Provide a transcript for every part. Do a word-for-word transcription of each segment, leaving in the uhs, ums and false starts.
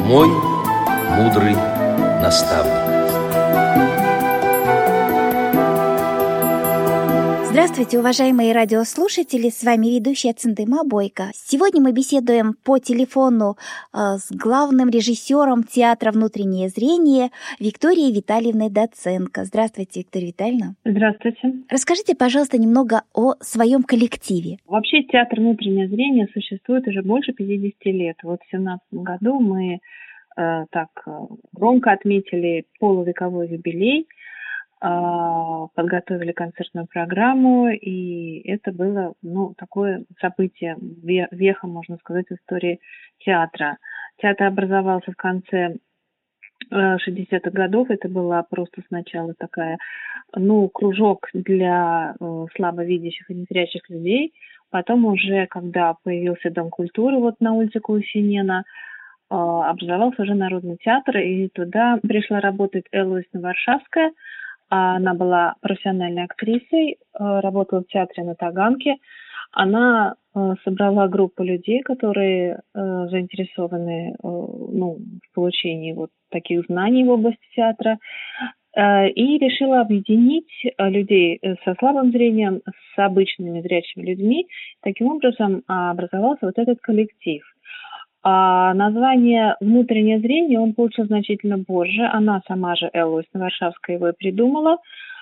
Мой мудрый наставник. Здравствуйте, уважаемые радиослушатели, с вами ведущая Центыма Бойко. Сегодня мы беседуем по телефону э, с главным режиссером театра «Внутреннее зрение» Викторией Витальевной Доценко. Здравствуйте, Виктория Витальевна. Здравствуйте. Расскажите, пожалуйста, немного о своем коллективе. Вообще театр «Внутреннее зрение» существует уже больше пятидесяти лет. Вот в семнадцатом году мы э, так громко отметили полувековой юбилей, подготовили концертную программу, и это было, ну, такое событие, веха, можно сказать, в истории театра. Театр образовался в конце шестидесятых годов, это была просто сначала такая, ну, кружок для слабовидящих и незрячих людей, потом уже, когда появился Дом культуры вот на улице Кулусинена, образовался уже Народный театр, и туда пришла работать Элла Варшавская. Она была профессиональной актрисой, работала в театре на Таганке. Она собрала группу людей, которые заинтересованы, ну, в получении вот таких знаний в области театра, и решила объединить людей со слабым зрением с обычными зрячими людьми. Таким образом образовался вот этот коллектив. А название «Внутреннее зрение» он получил значительно позже. Она сама же, Элла Варшавская, его и придумала.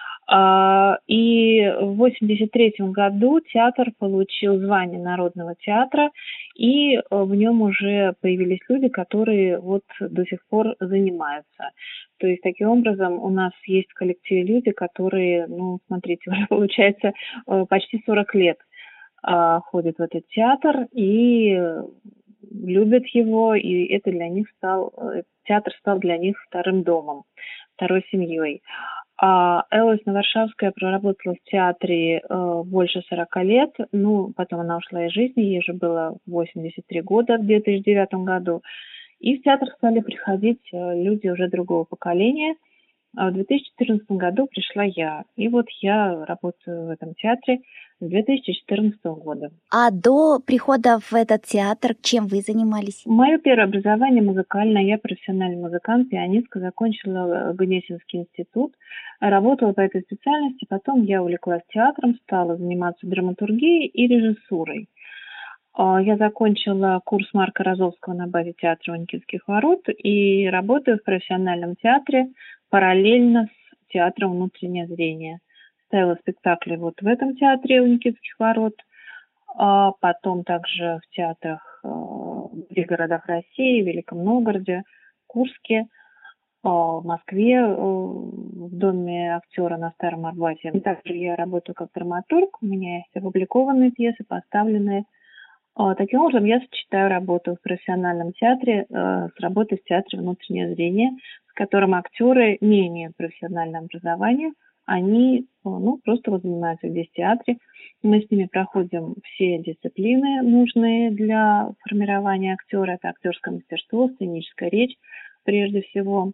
И в восемьдесят третьем году театр получил звание Народного театра, и в нем уже появились люди, которые вот до сих пор занимаются. То есть, таким образом, у нас есть в коллективе люди, которые, ну, смотрите, уже получается почти сорок лет ходят в этот театр и любят его, и это для них стал, театр стал для них вторым домом, второй семьей. А Элла Варшавская проработала в театре э, больше сорока лет, ну, потом она ушла из жизни, ей уже было восемьдесят три года в две тысячи девятом году, и в театр стали приходить э, люди уже другого поколения. А в две тысячи четырнадцатом году пришла я, и вот я работаю в этом театре с две тысячи четырнадцатого года. А до прихода в этот театр чем вы занимались? Мое первое образование музыкальное. Я профессиональный музыкант, пианистка, закончила Гнесинский институт, работала по этой специальности, потом я увлеклась театром, стала заниматься драматургией и режиссурой. Я закончила курс Марка Розовского на базе театра у Никитских ворот и работаю в профессиональном театре параллельно с театром «Внутреннее зрение». Ставила спектакли вот в этом театре у Никитских ворот, а потом также в театрах в других городах России, в Великом Новгороде, Курске, в Москве, в Доме актера на Старом Арбате. Также я работаю как драматург, у меня есть опубликованные пьесы, поставленные. Таким образом, я сочетаю работу в профессиональном театре с работой в театре «Внутреннее зрение», с которым актеры не имеют профессионального образования, они, ну, просто вот занимаются здесь в театре. Мы с ними проходим все дисциплины, нужные для формирования актера. Это актерское мастерство, сценическая речь, прежде всего.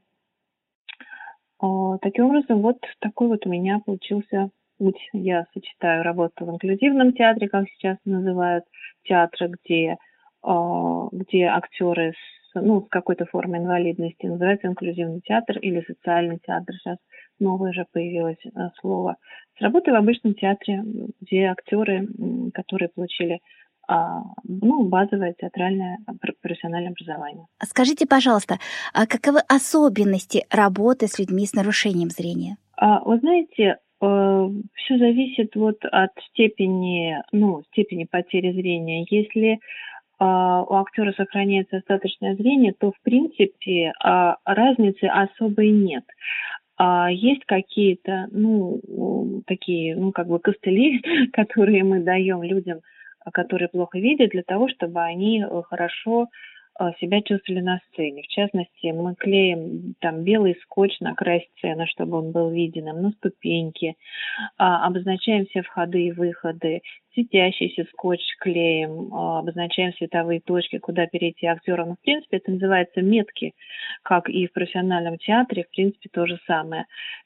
Таким образом, вот такой вот у меня получился путь. Я сочетаю работу в инклюзивном театре, как сейчас называют театры, где, где актеры с, ну, с какой-то формой инвалидности, называется инклюзивный театр или социальный театр. Сейчас новое уже появилось слово. С работой в обычном театре, где актеры, которые получили ну, базовое театральное профессиональное образование. Скажите, пожалуйста, а каковы особенности работы с людьми с нарушением зрения? Вы знаете, все зависит вот от степени, ну, степени потери зрения. Если у актера сохраняется остаточное зрение, то, в принципе, разницы особой нет. Есть какие-то, ну, такие, ну, как бы костыли, которые мы даем людям, которые плохо видят, для того, чтобы они хорошо себя чувствовали на сцене. В частности, мы клеим там белый скотч на край сцены, чтобы он был виден, на ступеньки, обозначаем все входы и выходы, светящийся скотч клеим, обозначаем световые точки, куда перейти актеру. Ну, в принципе, это называется метки, как и в профессиональном театре, в принципе, то же самое.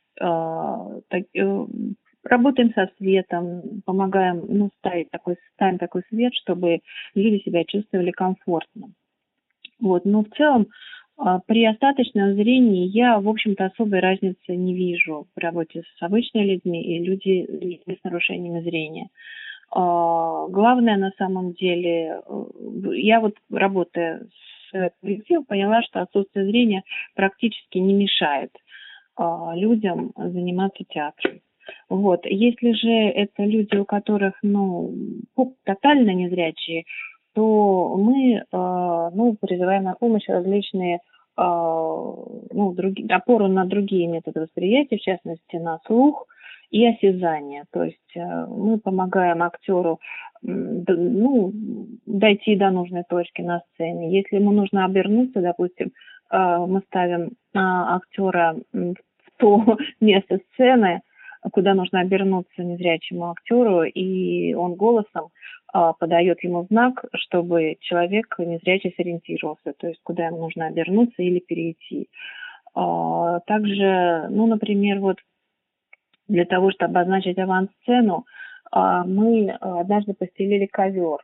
Работаем со светом, помогаем, ну, ставить такой, ставим такой свет, чтобы люди себя чувствовали комфортно. Вот, но в целом При остаточном зрении я, в общем-то, особой разницы не вижу в работе с обычными людьми и люди с нарушениями зрения. Главное, на самом деле, я вот, работая с коллективом, поняла, что отсутствие зрения практически не мешает людям заниматься театром. Вот. Если же это люди, у которых, ну, тотально незрячие, то мы, ну, призываем на помощь различные, ну, другие, опору на другие методы восприятия, в частности, на слух и осязание. То есть мы помогаем актеру, ну, дойти до нужной точки на сцене. Если ему нужно обернуться, допустим, мы ставим актера в то место сцены, куда нужно обернуться незрячему актеру, и он голосом а, подает ему знак, чтобы человек незрячий сориентировался, то есть куда ему нужно обернуться или перейти. А, также, ну, например, вот для того, чтобы обозначить авансцену, а, мы однажды постелили ковер,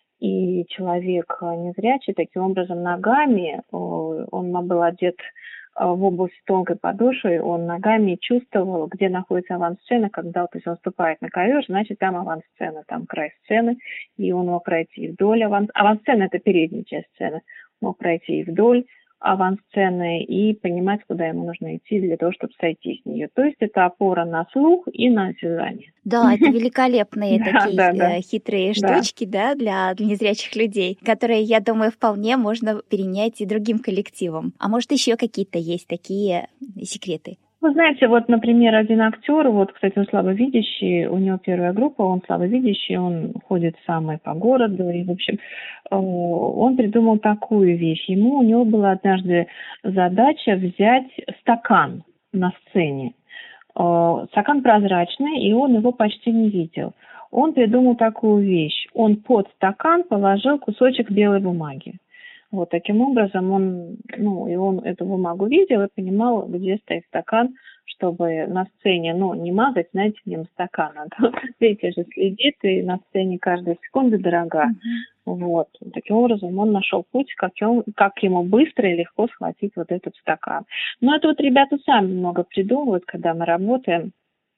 и человек незрячий таким образом ногами, он был одет в обувь с тонкой подошвой, он ногами чувствовал, где находится авансцена, когда, то есть он ступает на ковер, значит, там авансцена, там край сцены, и он мог пройти вдоль аванс... Авансцена – это передняя часть сцены, мог пройти и вдоль авансцены и понимать, куда ему нужно идти для того, чтобы сойти с нее. То есть это опора на слух и на осязание. Да, это великолепные такие хитрые штучки, да, для незрячих людей, которые, я думаю, вполне можно перенять и другим коллективам. А может, еще какие-то есть такие секреты? Вы знаете, вот, например, один актер, вот, кстати, он слабовидящий, у него первая группа, он слабовидящий, он ходит самый по городу, и, в общем, он придумал такую вещь. Ему, у него была однажды задача взять стакан на сцене. Стакан прозрачный, и он его почти не видел. Он придумал такую вещь. Он под стакан положил кусочек белой бумаги. Вот таким образом он, ну, и он эту бумагу видел и понимал, где стоит стакан, чтобы на сцене, ну, не мазать, знаете, мимо стакана. Видите же, следит, и на сцене каждая секунда дорога. Uh-huh. Вот. Таким образом он нашел путь, как, он, как ему быстро и легко схватить вот этот стакан. Но это вот ребята сами много придумывают, когда мы работаем,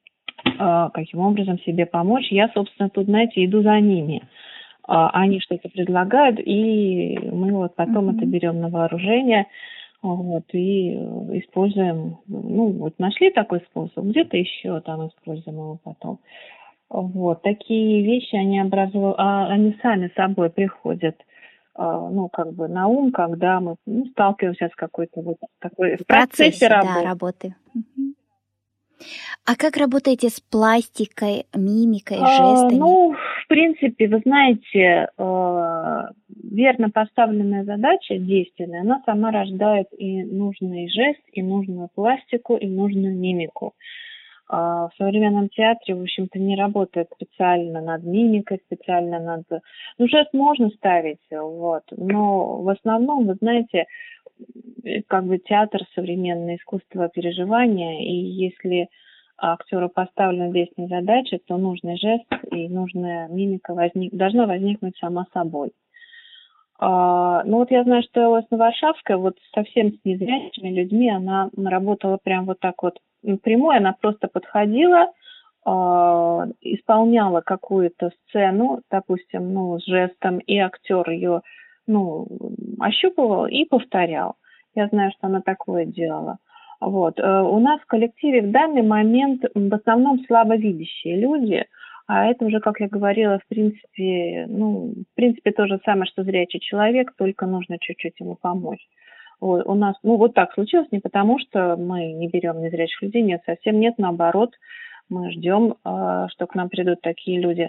э, каким образом себе помочь. Я, собственно, тут, знаете, иду за ними. Они что-то предлагают, и мы вот потом mm-hmm. это берем на вооружение, вот, и используем, ну, вот нашли такой способ, где-то еще там используем его потом. Вот, такие вещи, они образуют, они сами собой приходят, ну, как бы на ум, когда мы, ну, сталкиваемся с какой-то вот такой, в процессе, процессе работы. Да, работы. А как работаете с пластикой, мимикой, жестами? А, ну, в принципе, вы знаете, верно поставленная задача, действенная, она сама рождает и нужный жест, и нужную пластику, и нужную мимику. В современном театре, в общем-то, не работает специально над мимикой, специально над... Ну, жест можно ставить, вот, но в основном, вы знаете, как бы театр — современное искусство переживания, и если актеру поставлена действенная задача, то нужный жест и нужная мимика возник... должна возникнуть сама собой. А, ну вот я знаю, что Элла Варшавская вот совсем с незрячими людьми, она работала прям вот так вот напрямую, она просто подходила, а, исполняла какую-то сцену, допустим, ну, с жестом, и актер ее, ну, ощупывал и повторял. Я знаю, что она такое делала. Вот. У нас в коллективе в данный момент в основном слабовидящие люди, а это уже, как я говорила, в принципе, ну, в принципе, то же самое, что зрячий человек, только нужно чуть-чуть ему помочь. Вот. У нас, ну, вот так случилось, не потому что мы не берем незрячих людей, нет, совсем нет, наоборот, мы ждем, что к нам придут такие люди.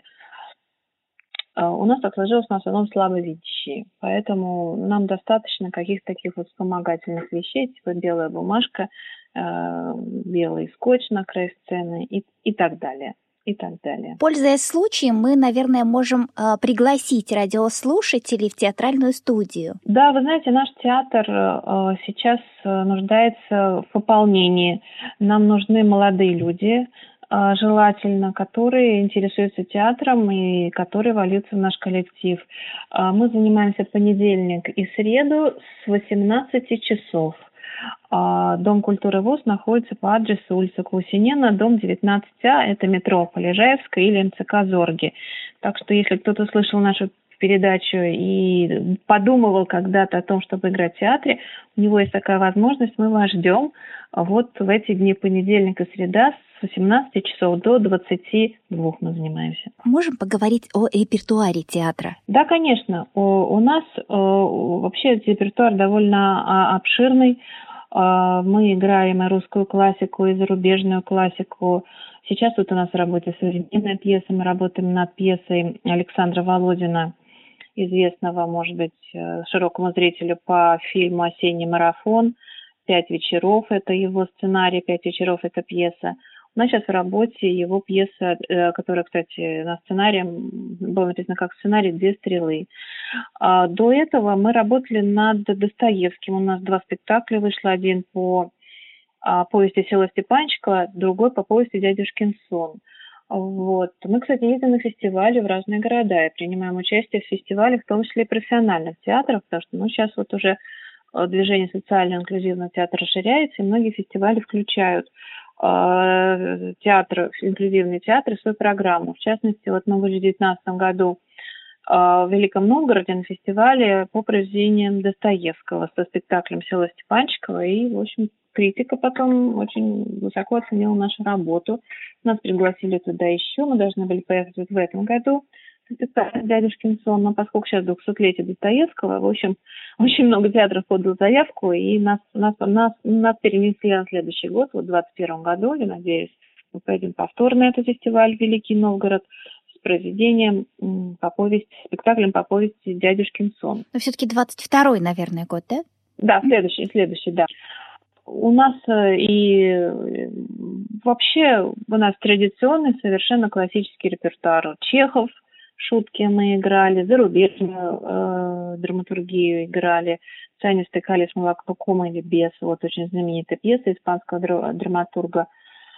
У нас так сложилось, в основном слабовидящие, поэтому нам достаточно каких-то таких вот вспомогательных вещей, типа белая бумажка, белый скотч на край сцены и, и так далее. И так далее. Пользуясь случаем, мы, наверное, можем э, пригласить радиослушателей в театральную студию. Да, вы знаете, наш театр э, сейчас нуждается в пополнении. Нам нужны молодые люди, а, желательно, которые интересуются театром и которые вольются в наш коллектив. А, Мы занимаемся понедельник и среду с восемнадцати часов. А, Дом культуры ВУЗ находится по адресу улица Кусинена, дом девятнадцать А, это метро Полежаевская или МЦК Зорги. Так что если кто-то слышал нашу передачу и подумывал когда-то о том, чтобы играть в театре, у него есть такая возможность, мы вас ждем. Вот в эти дни понедельник и среда с восемнадцати часов до двадцати двух мы занимаемся. Можем поговорить о репертуаре театра? Да, конечно. У, у нас э, вообще репертуар довольно а, обширный. Э, мы играем и русскую классику, и зарубежную классику. Сейчас вот у нас в работе современная пьеса. Мы работаем над пьесой Александра Володина, известного, может быть, широкому зрителю по фильму «Осенний марафон». «Пять вечеров» — это его сценарий, «Пять вечеров» — это пьеса. У нас сейчас в работе его пьеса, которая, кстати, на сценарии, была написана как сценарий «Две стрелы». А до этого мы работали над Достоевским. У нас два спектакля вышло. Один по повести Села Степанчикова, другой по повести «Дядюшкин сон». Вот. Мы, кстати, ездим на фестивали в разные города и принимаем участие в фестивалях, в том числе и профессиональных театрах, потому что ну, сейчас вот уже движение социально-инклюзивного театра расширяется, и многие фестивали включают э, театр, инклюзивные театры в свою программу. В частности, вот мы в две тысячи девятнадцатом году э, в Великом Новгороде на фестивале по произведениям Достоевского со спектаклем Села Степанчикова, и, в общем, критика потом очень высоко оценила нашу работу. Нас пригласили туда еще. Мы должны были поехать вот в этом году. «Дядюшкин сон», но поскольку сейчас двухсотлетие Достоевского, в общем, очень много театров подало заявку, и нас, нас, нас, нас перенесли на следующий год, вот в двадцать первом году, я надеюсь, мы пойдем повторно на этот фестиваль «Великий Новгород» с произведением по повести, спектаклем по повести «Дядюшкин сон». Но все-таки двадцать второй, наверное, год, да? Да, следующий, следующий, да. У нас и вообще у нас традиционный, совершенно классический репертуар. Чехов, шутки мы играли, зарубежную э, драматургию играли. «Сами стыкались с молоком или без». Вот очень знаменитая пьеса испанского драматурга э,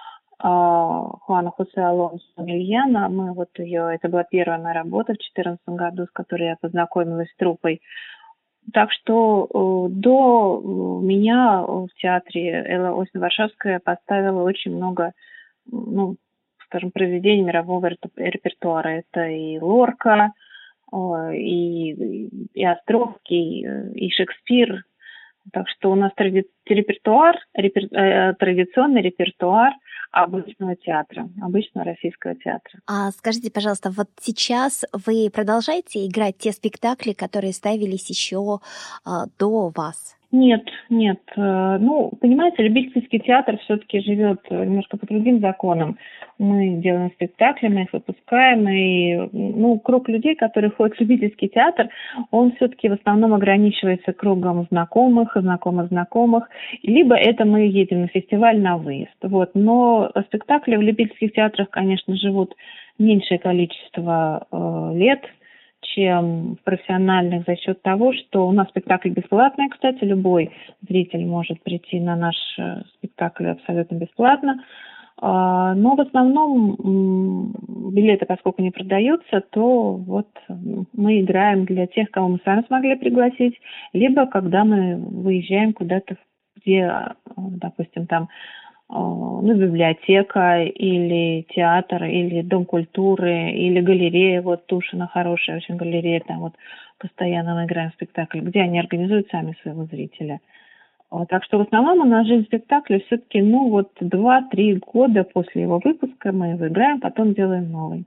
Хуана Хосе Алонсо Мильяна. Мы вот ее, это была первая моя работа в две тысячи четырнадцатом году, с которой я познакомилась с труппой. Так что э, до меня в театре Элла Осин-Варшавская поставила очень много, ну, скажем, произведений мирового репертуара. Это и Лорка, э, и, и Островский, и Шекспир. Так что у нас тради- репертуар, репер, э, традиционный репертуар обычного театра, обычного российского театра. А скажите, пожалуйста, вот сейчас вы продолжаете играть те спектакли, которые ставились еще э, до вас? Нет, нет. Ну, понимаете, любительский театр все-таки живет немножко по другим законам. Мы делаем спектакли, мы их выпускаем, и ну, круг людей, которые ходят в любительский театр, он все-таки в основном ограничивается кругом знакомых, знакомых знакомых. Либо это мы едем на фестиваль на выезд. Вот. Но спектакли в любительских театрах, конечно, живут меньшее количество э, лет, чем в профессиональных, за счет того, что у нас спектакль бесплатный, кстати, любой зритель может прийти на наш спектакль абсолютно бесплатно. Но в основном билеты, поскольку не продаются, то вот мы играем для тех, кого мы сами смогли пригласить, либо когда мы выезжаем куда-то, где, допустим, там ну, библиотека или театр, или дом культуры, или галерея, вот Тушина хорошая очень галерея, там вот постоянно мы играем в спектакль, где они организуют сами своего зрителя. Вот, так что в основном у нас жизнь спектакля все-таки, ну, вот два-три года после его выпуска мы его играем, потом делаем новый.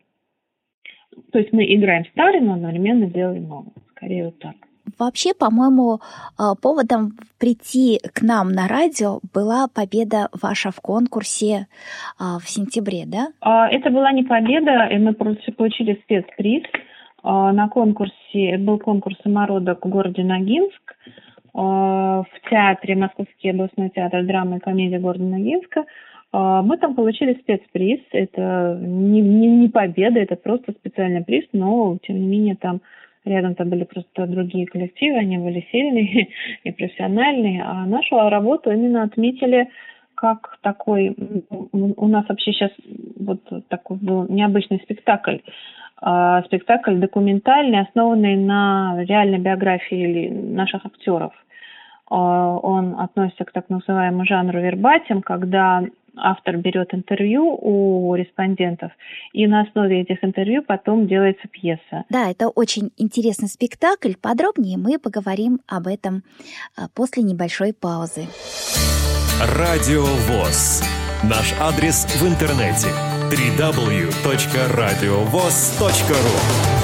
То есть мы играем старый, но одновременно делаем новый. Скорее вот так. Вообще, по-моему, поводом прийти к нам на радио была победа ваша в конкурсе в сентябре, да? Это была не победа, и мы получили спецприз. На конкурсе, был конкурс «Самородок» в городе Ногинск, в театре, Московский областной театр драмы и комедии города Ногинска. Мы там получили спецприз. Это не, не, не победа, это просто специальный приз, но, тем не менее, там рядом там были просто другие коллективы, они были сильные и профессиональные, а нашу работу именно отметили как такой... У нас вообще сейчас вот такой был необычный спектакль. Спектакль документальный, основанный на реальной биографии наших актеров. Он относится к так называемому жанру вербатим, когда автор берет интервью у респондентов, и на основе этих интервью потом делается пьеса. Да, это очень интересный спектакль. Подробнее мы поговорим об этом после небольшой паузы. Радио ВОС. Наш адрес в интернете дабл ю дабл ю дабл ю точка радио вос точка ру.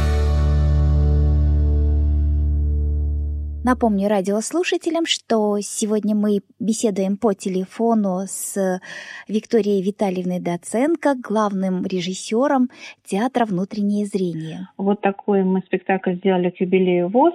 Напомню радиослушателям, что сегодня мы беседуем по телефону с Викторией Витальевной Доценко, главным режиссером театра «Внутреннее зрение». Вот такой мы спектакль сделали к юбилею ВОС,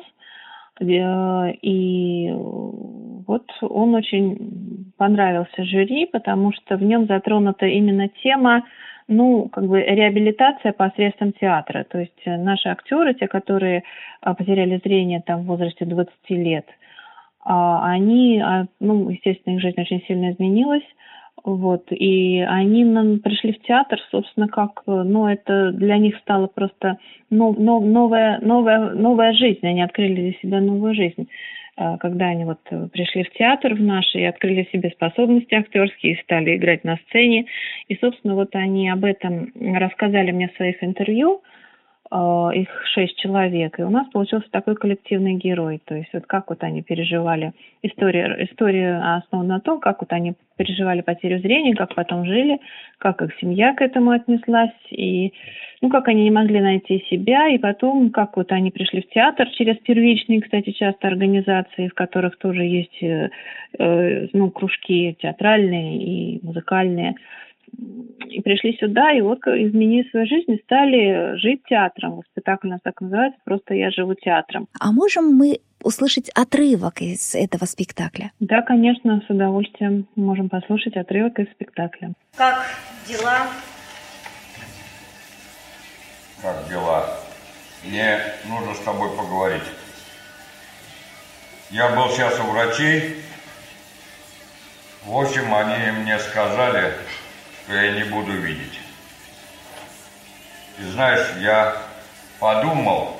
и вот он очень понравился жюри, потому что в нем затронута именно тема, ну, как бы реабилитация посредством театра. То есть наши актеры, те, которые потеряли зрение там в возрасте двадцати лет, они, ну, естественно, их жизнь очень сильно изменилась. Вот, и они нам пришли в театр, собственно, как, ну, это для них стало просто ну, ну, новая, новая, новая жизнь, они открыли для себя новую жизнь. Когда они вот пришли в театр в наш и открыли себе способности актерские и стали играть на сцене. И, собственно, вот они об этом рассказали мне в своих интервью, их шесть человек, и у нас получился такой коллективный герой. То есть вот как вот они переживали, история, история основана на том, как вот они переживали потерю зрения, как потом жили, как их семья к этому отнеслась, и ну, как они не могли найти себя, и потом, как вот они пришли в театр через первичные, кстати, часто организации, в которых тоже есть э, ну, кружки театральные и музыкальные, и пришли сюда, и вот изменили свою жизнь и стали жить театром. Спектакль у нас так называется, просто «Я живу театром». А можем мы услышать отрывок из этого спектакля? Да, конечно, с удовольствием можем послушать отрывок из спектакля. Как дела? Как дела? Мне нужно с тобой поговорить. Я был сейчас у врачей. В общем, они мне сказали, что я не буду видеть. И знаешь, я подумал,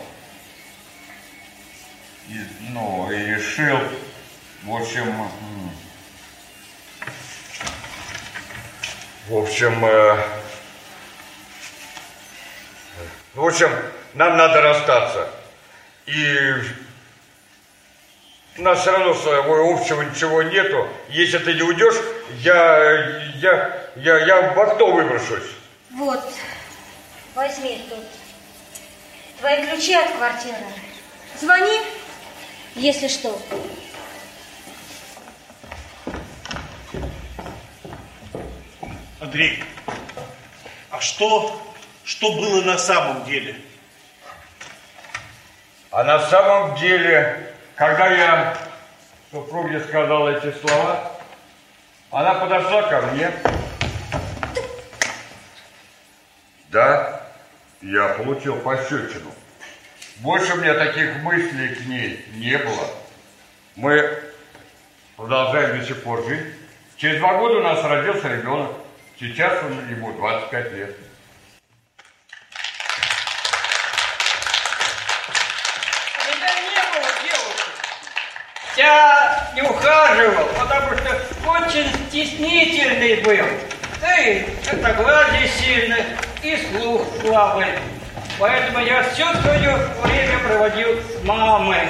и, ну, и решил, в общем, в общем, э, в общем, нам надо расстаться. И у нас все равно своего общего ничего нету. Если ты не уйдешь, я, я, я, я в окно выброшусь. Вот, возьми тут твои ключи от квартиры. Звони, если что. Андрей, а что, что было на самом деле? А на самом деле, когда я супруге сказал эти слова, она подошла ко мне. Да, я получил пощечину. Больше у меня таких мыслей к ней не было. Мы продолжаем до сих пор жить. Через два года у нас родился ребенок. Сейчас ему двадцать пять лет. Я не ухаживал, потому что очень стеснительный был. Да и одноглазие сильно, и слух слабый. Поэтому я все свое время проводил с мамой.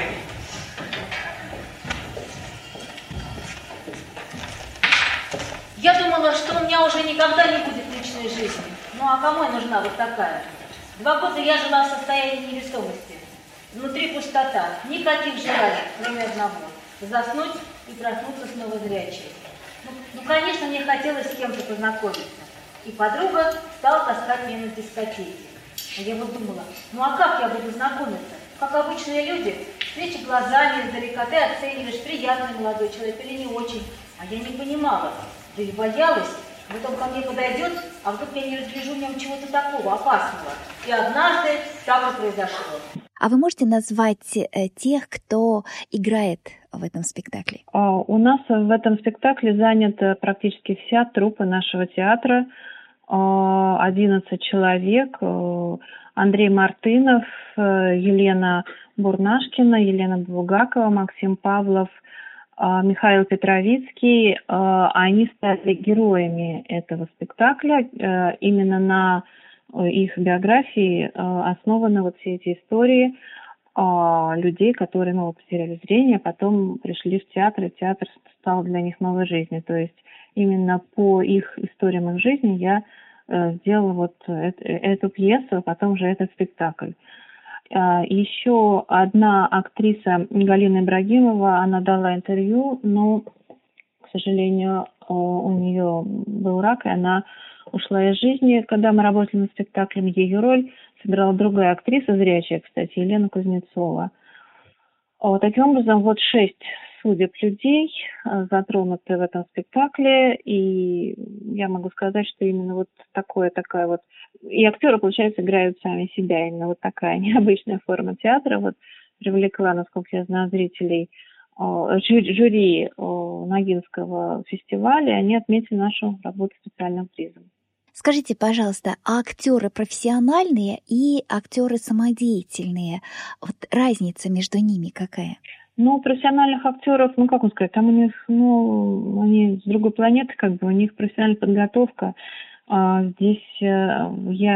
Я думала, что у меня уже никогда не будет личной жизни. Ну а кому я нужна вот такая? Два года я жила в состоянии невесомости. Внутри пустота, никаких желаний, кроме одного. Заснуть и проснуться снова зрячей. Ну, ну, конечно, мне хотелось с кем-то познакомиться. И подруга стала таскать меня на дискотеке. А я вот думала, ну а как я буду знакомиться? Как обычные люди, встречи глазами издалека, ты оцениваешь, приятный молодой человек или не очень. А я не понимала, да и боялась. Вот он ко мне подойдет, а вдруг я не разгляжу в нем чего-то такого опасного. И однажды так и произошло. А вы можете назвать э, тех, кто играет в этом спектакле? У нас в этом спектакле занята практически вся труппа нашего театра. одиннадцать человек. Андрей Мартынов, Елена Бурнашкина, Елена Булгакова, Максим Павлов, Михаил Петровицкий. Они стали героями этого спектакля. Именно на их биографии основаны вот все эти истории людей, которые, ну, потеряли зрение, потом пришли в театр, и театр стал для них новой жизнью. То есть именно по их историям их жизни я сделала вот эту, эту пьесу, а потом же этот спектакль. Еще одна актриса, Галина Ибрагимова, она дала интервью, но, к сожалению, у нее был рак, и она ушла из жизни. Когда мы работали над спектаклем, ее роль сыграла другая актриса, зрячая, кстати, Елена Кузнецова. Вот, таким образом, вот шесть судеб людей затронуты в этом спектакле, и я могу сказать, что именно вот такое, такая вот... И актеры, получается, играют сами себя. Именно вот такая необычная форма театра вот привлекла, насколько я знаю, зрителей жюри, жюри Ногинского фестиваля, и они отметили нашу работу специальным призом. Скажите, пожалуйста, а актеры профессиональные и актеры самодеятельные, вот разница между ними какая? Ну, профессиональных актеров, ну, как вам сказать, там у них, ну, они с другой планеты, как бы, у них профессиональная подготовка. А здесь я,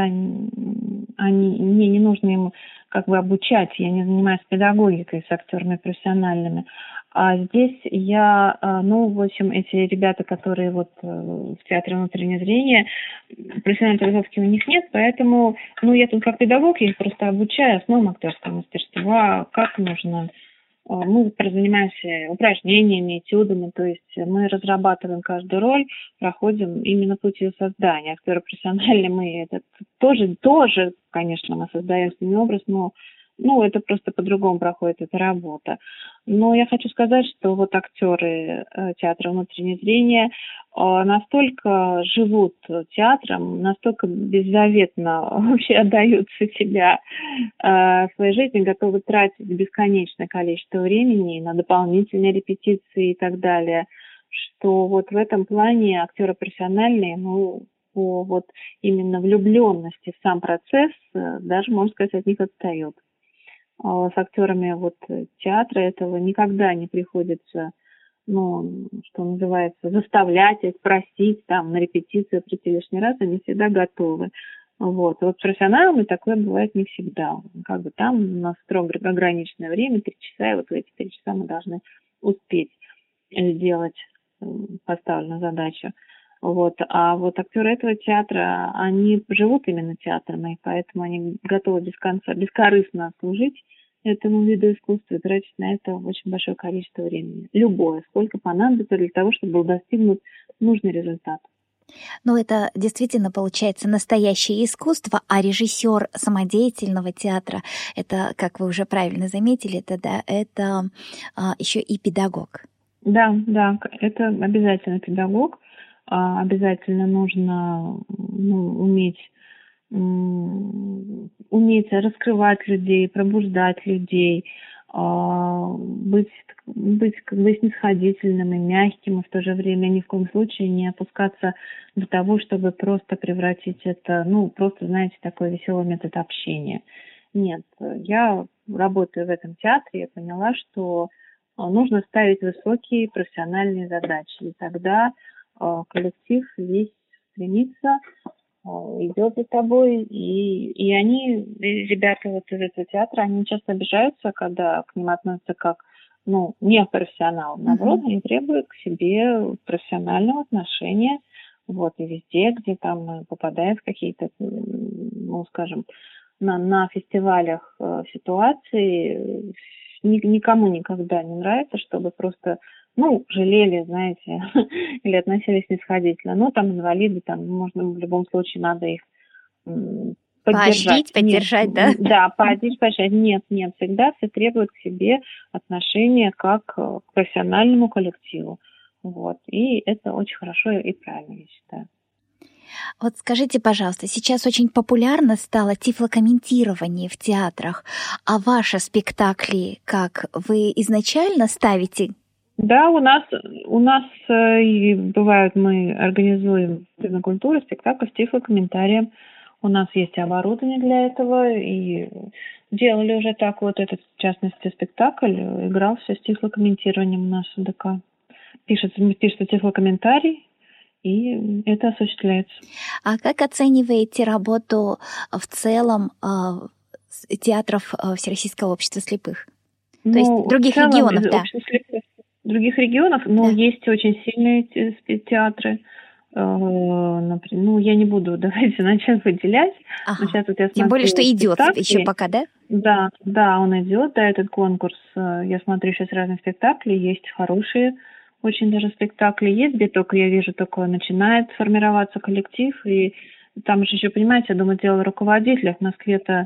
они, мне не нужно им, как бы, обучать, я не занимаюсь педагогикой с актерами профессиональными. А здесь я, ну, в общем, эти ребята, которые вот в театре внутреннее зрение, профессиональной подготовки у них нет, поэтому, ну, я тут как педагог, я их просто обучаю основам актерского мастерства, как нужно. Мы занимаемся упражнениями, этюдами, то есть мы разрабатываем каждую роль, проходим именно путь ее создания. Актеры профессиональные, мы это тоже, тоже, конечно, мы создаем с ними образ, но ну, это просто по-другому проходит эта работа. Но я хочу сказать, что вот актеры театра «Внутреннее зрение» настолько живут театром, настолько беззаветно вообще отдаются себя своей жизни, готовы тратить бесконечное количество времени на дополнительные репетиции и так далее, что вот в этом плане актеры профессиональные, ну, по вот именно влюбленности в сам процесс, даже, можно сказать, от них отстают. С актерами вот театра этого никогда не приходится, ну, что называется, заставлять их, просить там на репетицию прийти лишний раз, они всегда готовы. Вот. Вот с профессионалами такое бывает не всегда. Как бы там у нас строго ограниченное время, три часа, и вот в эти три часа мы должны успеть сделать поставленную задачу. Вот. А вот актеры этого театра, они живут именно театром, и поэтому они готовы без конца, бескорыстно служить этому виду искусства и тратить на это очень большое количество времени. Любое, сколько понадобится для того, чтобы был достигнут нужный результат. Ну, это действительно получается настоящее искусство, а режиссер самодеятельного театра, это, как вы уже правильно заметили, это, да, это а, еще и педагог. Да, да, это обязательно педагог. А, обязательно нужно, ну, уметь, м- уметь раскрывать людей, пробуждать людей, а, быть, быть как бы снисходительным и мягким, и в то же время ни в коем случае не опускаться до того, чтобы просто превратить это, ну, просто, знаете, такой веселый метод общения. Нет, я работаю в этом театре, я поняла, что нужно ставить высокие профессиональные задачи, и тогда коллектив весь стремится, идет за тобой, и, и они, и ребята вот из этого театра, они часто обижаются, когда к ним относятся как, ну, не профессионал, наоборот, mm-hmm. они требуют к себе профессионального отношения, вот, и везде, где там мы попадаем в какие-то, ну, скажем, на, на фестивалях э, ситуации, ни, никому никогда не нравится, чтобы просто, ну, жалели, знаете, или относились снисходительно. Ну, там инвалиды, там, можно, в любом случае, надо их м, поддержать. Поощрить, поддержать, нет, да? Да, поощрить, поддержать. Нет, нет, всегда все требуют к себе отношения как к профессиональному коллективу. Вот. И это очень хорошо и правильно, я считаю. Вот скажите, пожалуйста, сейчас очень популярно стало тифлокомментирование в театрах, а ваши спектакли, как вы изначально ставите? Да, у нас у нас э, и бывают, мы организуем на культуру спектакль с тифлокомментарием. У нас есть оборудование для этого, и делали уже так вот этот, в частности, спектакль, игрался с тифлокомментированием у нас в ДК. Пишется, пишется тифлокомментарий, и это осуществляется. А как оцениваете работу в целом э, театров э, Всероссийского общества слепых? Ну, То есть других целом, регионов, да? Слепых, других регионов, но да. Есть очень сильные театры. Например, ну, я не буду, давайте начать выделять. Ага. Но сейчас вот я Тем более, что идет спектакли. еще пока, да? Да, да, он идет, да, этот конкурс. Я смотрю сейчас разные спектакли, есть хорошие очень даже спектакли, есть, где только, я вижу, только начинает формироваться коллектив, и там же еще, понимаете, я думаю, дело руководителя. В Москве-то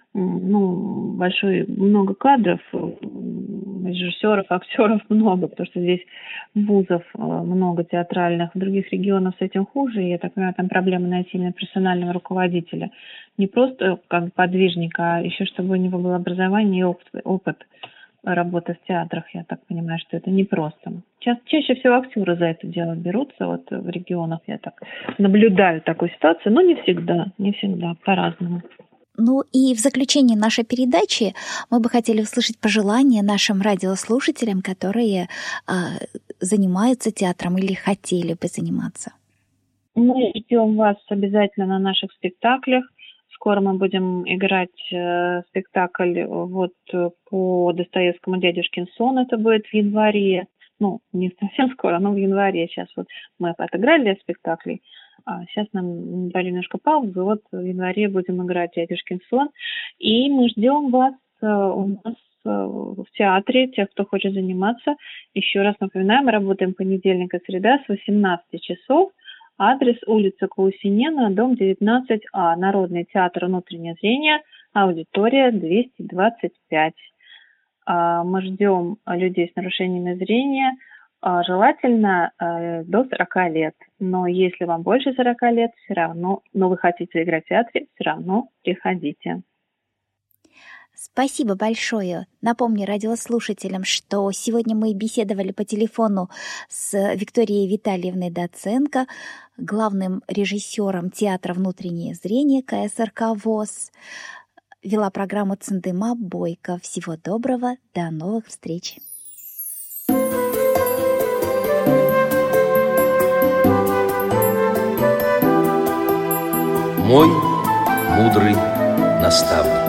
ну, большой, много кадров, режиссеров, актеров много, потому что здесь вузов много театральных, в других регионах с этим хуже, и я так понимаю, там проблема найти именно персонального руководителя. Не просто как подвижника, а еще чтобы у него было образование и опыт, опыт работы в театрах. Я так понимаю, что это непросто. Ча- чаще всего актеры за это дело берутся, вот в регионах я так наблюдаю такую ситуацию, но не всегда, не всегда, по-разному. Ну и в заключение нашей передачи мы бы хотели услышать пожелания нашим радиослушателям, которые э, занимаются театром или хотели бы заниматься. Мы ждем вас обязательно на наших спектаклях. Скоро мы будем играть э, спектакль вот по Достоевскому «Дядюшкин сон». Это будет в январе. Ну, не совсем скоро, но в январе. Сейчас вот мы отыграли спектакли. А сейчас нам дали немножко паузу. Вот в январе будем играть «Дядюшкин сон». И мы ждем вас э, у нас э, в театре, тех, кто хочет заниматься. Еще раз напоминаю, мы работаем понедельник и среда с восемнадцати часов. Адрес улица Каусинена, дом девятнадцать А, Народный театр «Внутреннее зрение», аудитория двести двадцать пять. Мы ждем людей с нарушениями зрения, желательно до сорока лет. Но если вам больше сорока лет, все равно, но вы хотите играть в театре, все равно приходите. Спасибо большое. Напомню радиослушателям, что сегодня мы беседовали по телефону с Викторией Витальевной Доценко, главным режиссером театра «Внутреннее зрение» ка эс эр ка ВОС. Вела программу Цендыма Бойко. Всего доброго, до новых встреч. Мой мудрый наставник.